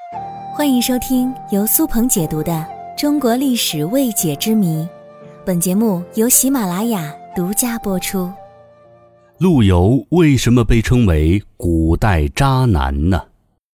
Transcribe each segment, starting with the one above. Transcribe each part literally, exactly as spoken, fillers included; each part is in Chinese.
欢迎收听由苏鹏解读的《中国历史未解之谜》，本节目由喜马拉雅独家播出。 陆游为什么被称为古代渣男呢？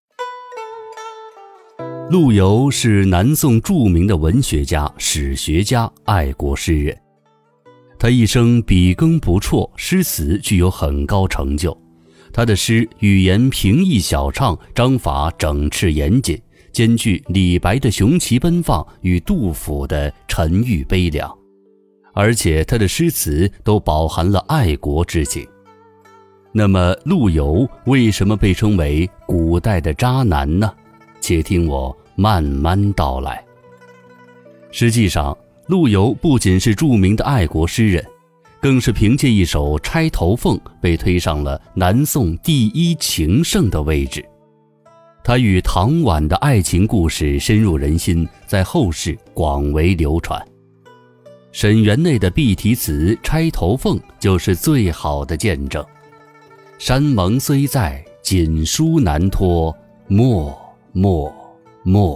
陆游是南宋著名的文学家、史学家、爱国诗人。他一生笔耕不辍，诗词具有很高成就。他的诗语言平易小畅，章法整饬严谨，兼具李白的雄奇奔放与杜甫的沉郁悲凉，而且他的诗词都饱含了爱国之情。那么陆游为什么被称为古代的渣男呢？且听我慢慢道来。实际上，陆游不仅是著名的爱国诗人，更是凭借一首《钗头凤》被推上了南宋第一情圣的位置。他与唐婉的爱情故事深入人心，在后世广为流传。沈园内的碧题词《钗头凤》就是最好的见证。山盟虽在，锦书难托，默默默。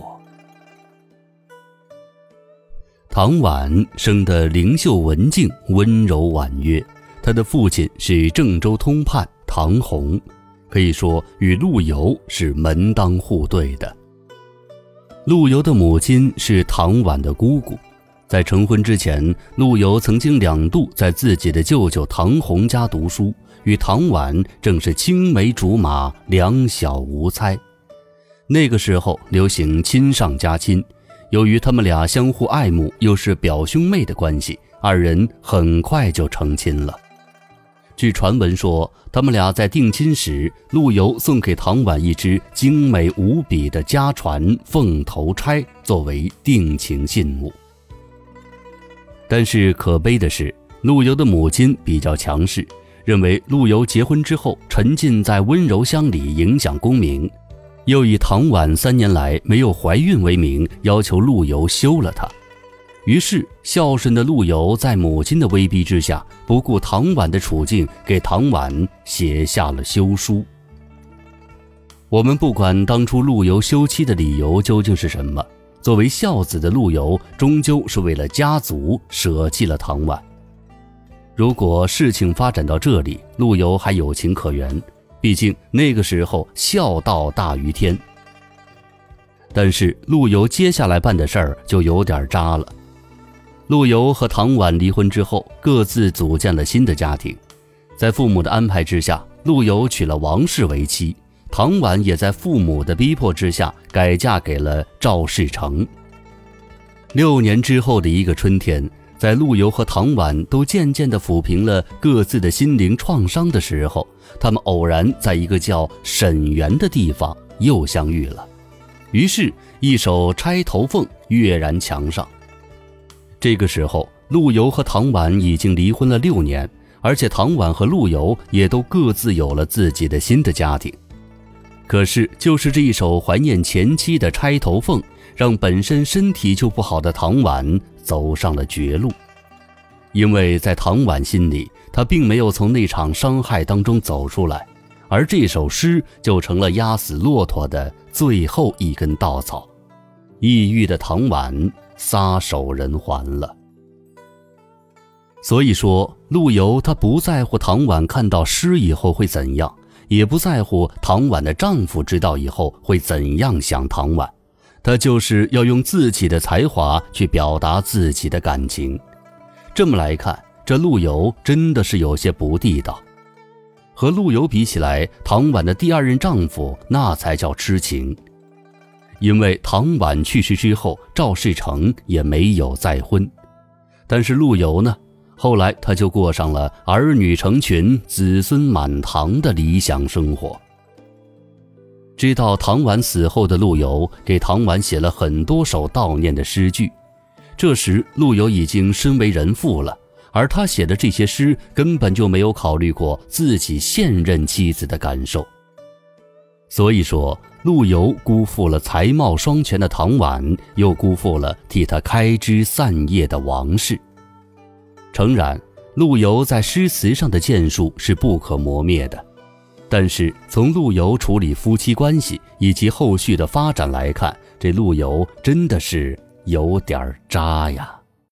唐婉生得灵秀文静，温柔婉约。他的父亲是郑州通判唐弘，可以说与陆游是门当户对的。陆游的母亲是唐婉的姑姑，在成婚之前，陆游曾经两度在自己的舅舅唐弘家读书，与唐婉正是青梅竹马，两小无猜。那个时候流行亲上加亲，由于他们俩相互爱慕，又是表兄妹的关系，二人很快就成亲了。据传闻说，他们俩在定亲时，陆游送给唐婉一只精美无比的家传凤头钗作为定情信物。但是可悲的是，陆游的母亲比较强势，认为陆游结婚之后沉浸在温柔乡里，影响功名，又以唐婉三年来没有怀孕为名，要求陆游休了她。于是孝顺的陆游在母亲的威逼之下，不顾唐婉的处境，给唐婉写下了休书。我们不管当初陆游休妻的理由究竟是什么，作为孝子的陆游终究是为了家族舍弃了唐婉。如果事情发展到这里，陆游还有情可原，毕竟那个时候孝道大于天。但是陆游接下来办的事儿就有点渣了。陆游和唐婉离婚之后，各自组建了新的家庭。在父母的安排之下，陆游娶了王氏为妻，唐婉也在父母的逼迫之下改嫁给了赵世成。六年之后的一个春天，在陆游和唐婉都渐渐地抚平了各自的心灵创伤的时候，他们偶然在一个叫沈园的地方又相遇了。于是一首《钗头凤》跃然墙上。这个时候，陆游和唐婉已经离婚了六年，而且唐婉和陆游也都各自有了自己的新的家庭。可是就是这一首怀念前妻的《钗头凤》，让本身身体就不好的唐婉走上了绝路。因为在唐婉心里，她并没有从那场伤害当中走出来，而这首诗就成了压死骆驼的最后一根稻草。抑郁的唐婉撒手人寰了。所以说，陆游他不在乎唐婉看到诗以后会怎样，也不在乎唐婉的丈夫知道以后会怎样想唐婉，他就是要用自己的才华去表达自己的感情。这么来看，这陆游真的是有些不地道。和陆游比起来，唐婉的第二任丈夫那才叫痴情。因为唐婉去世之后，赵世成也没有再婚。但是陆游呢，后来他就过上了儿女成群、子孙满堂的理想生活。知道唐婉死后的陆游给唐婉写了很多首悼念的诗句。这时陆游已经身为人父了，而他写的这些诗根本就没有考虑过自己现任妻子的感受。所以说，陆游辜负了才貌双全的唐婉，又辜负了替他开枝散叶的王氏。诚然，陆游在诗词上的建树是不可磨灭的。 但是从陆游处理夫妻关系以及后续的发展来看，这陆游真的是有点渣呀。